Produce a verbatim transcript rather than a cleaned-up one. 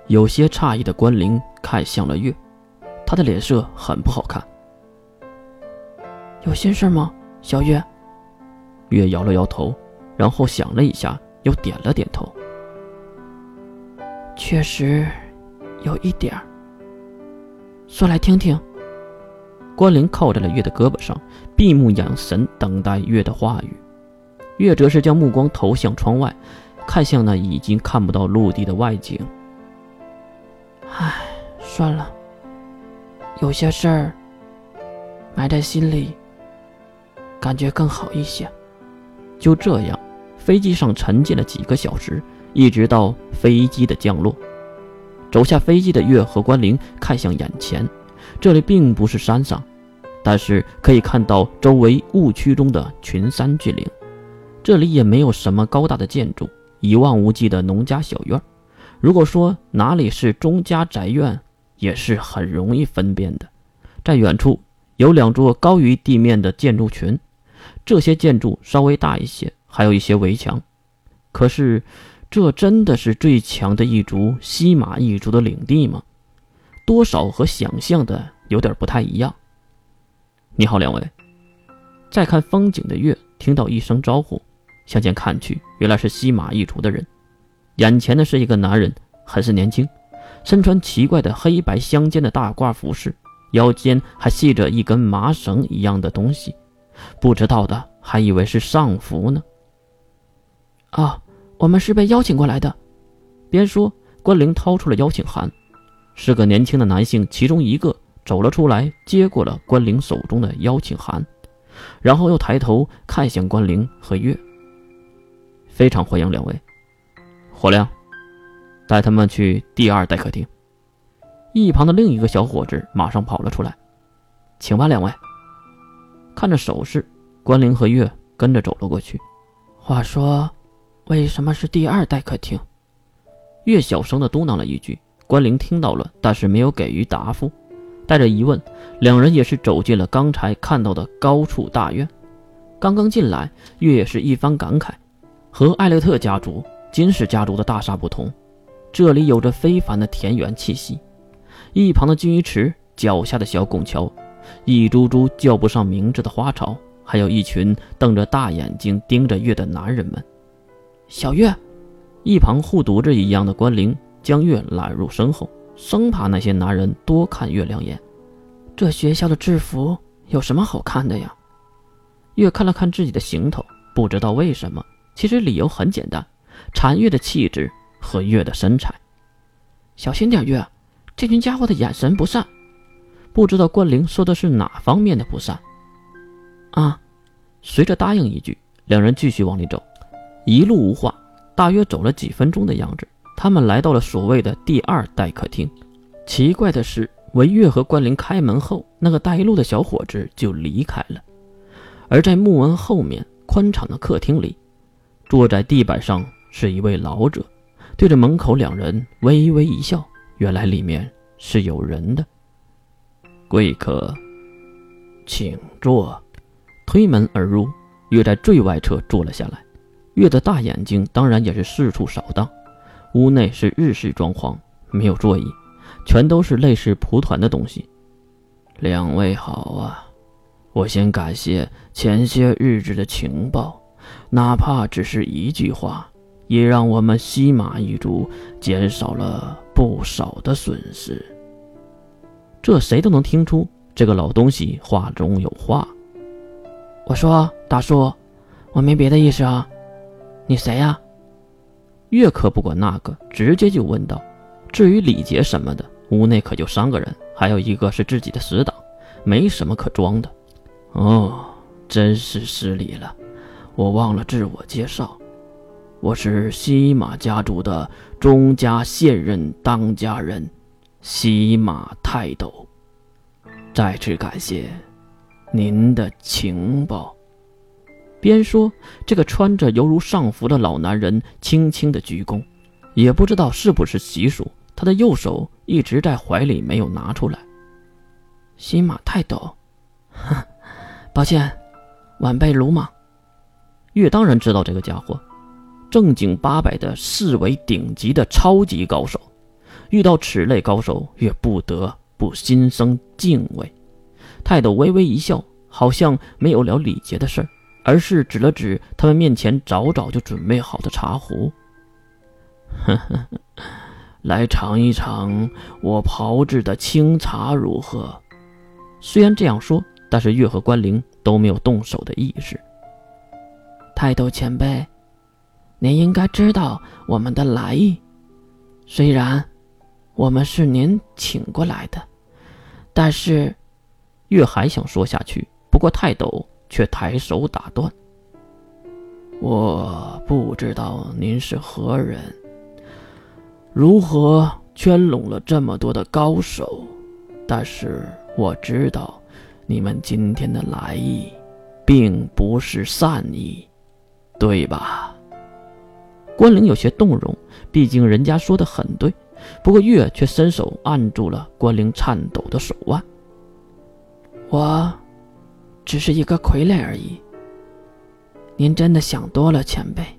有些诧异的关灵看向了月，他的脸色很不好看。 有心事吗，小月？ 月摇了摇头，然后想了一下，又点了点头。 确实有一点儿，说来听听。 关灵靠在了月的胳膊上，闭目养神，等待月的话语。月则是将目光投向窗外，看向那已经看不到陆地的外景。 唉，算了，有些事儿埋在心里，感觉更好一些。 就这样，飞机上沉浸了几个小时，一直到飞机的降落。走下飞机的月和关灵看向眼前，这里并不是山上，但是可以看到周围雾区中的群山峻岭。这里也没有什么高大的建筑，一望无际的农家小院。如果说哪里是钟家宅院，也是很容易分辨的。在远处有两座高于地面的建筑群，这些建筑稍微大一些，还有一些围墙。可是这真的是最强的一族西马一族的领地吗？多少和想象的有点不太一样。你好，两位。再看风景的月听到一声招呼，向前看去，原来是西马一族的人。眼前的是一个男人，很是年轻，身穿奇怪的黑白相间的大褂服饰，腰间还系着一根麻绳一样的东西，不知道的还以为是上服呢。 啊，我们是被邀请过来的。 边说，关灵掏出了邀请函，是个年轻的男性，其中一个走了出来，接过了关灵手中的邀请函，然后又抬头看向关灵和月。非常欢迎两位。火亮，带他们去第二待客厅。一旁的另一个小伙子马上跑了出来。请吧，两位。看着手势，关灵和月跟着走了过去。 话说，为什么是第二待客厅？ 月小声地嘟囔了一句，关灵听到了，但是没有给予答复。带着疑问，两人也是走进了刚才看到的高处大院。刚刚进来，月也是一番感慨，和艾略特家族、金氏家族的大厦不同，这里有着非凡的田园气息。一旁的金鱼池，脚下的小拱桥，一株株叫不上名字的花草，还有一群瞪着大眼睛盯着月的男人们。小月，一旁护犊子一样的关灵将月揽入身后，生怕那些男人多看月两眼。 这学校的制服有什么好看的呀？ 月看了看自己的行头，不知道为什么，其实理由很简单，禅月的气质和月的身材。 小心点，月，这群家伙的眼神不善。 不知道关灵说的是哪方面的不善。 啊， 随着答应一句，两人继续往里走，一路无话，大约走了几分钟的样子，他们来到了所谓的第二待客厅。奇怪的是，为月和关灵开门后，那个带路的小伙子就离开了。而在木门后面宽敞的客厅里，坐在地板上是一位老者，对着门口两人微微一笑，原来里面是有人的。贵客请坐。推门而入，月在最外侧坐了下来。月的大眼睛当然也是四处扫荡，屋内是日式装潢，没有座椅，全都是类似蒲团的东西。两位好啊，我先感谢前些日子的情报，哪怕只是一句话，也让我们西马一族减少了不少的损失。这谁都能听出这个老东西话中有话。 我说，大叔，我没别的意思啊，你谁呀？ 月可不管那个，直接就问道。至于礼节什么的，屋内可就三个人，还有一个是自己的死党，没什么可装的。哦，真是失礼了，我忘了自我介绍，我是西马家族的钟家现任当家人西马泰斗，再次感谢您的情报。边说，这个穿着犹如上服的老男人轻轻的鞠躬，也不知道是不是习俗，他的右手一直在怀里没有拿出来。 西马泰斗，抱歉，晚辈鲁莽。 月当然知道这个家伙，正经八百的视为顶级的超级高手， 遇到此类高手，越不得不心生敬畏。泰斗微微一笑，好像没有了礼节的事儿，而是指了指他们面前早早就准备好的茶壶。呵呵，来尝一尝我炮制的清茶如何？虽然这样说，但是月和关灵都没有动手的意识。 泰斗前辈，您应该知道我们的来意，虽然我们是您请过来的，但是…… 月还想说下去，不过泰斗却抬手打断。我不知道您是何人，如何圈拢了这么多的高手，但是我知道你们今天的来意并不是善意，对吧？关灵有些动容，毕竟人家说的很对，不过月却伸手按住了关灵颤抖的手腕。 我只是一个傀儡而已，您真的想多了，前辈。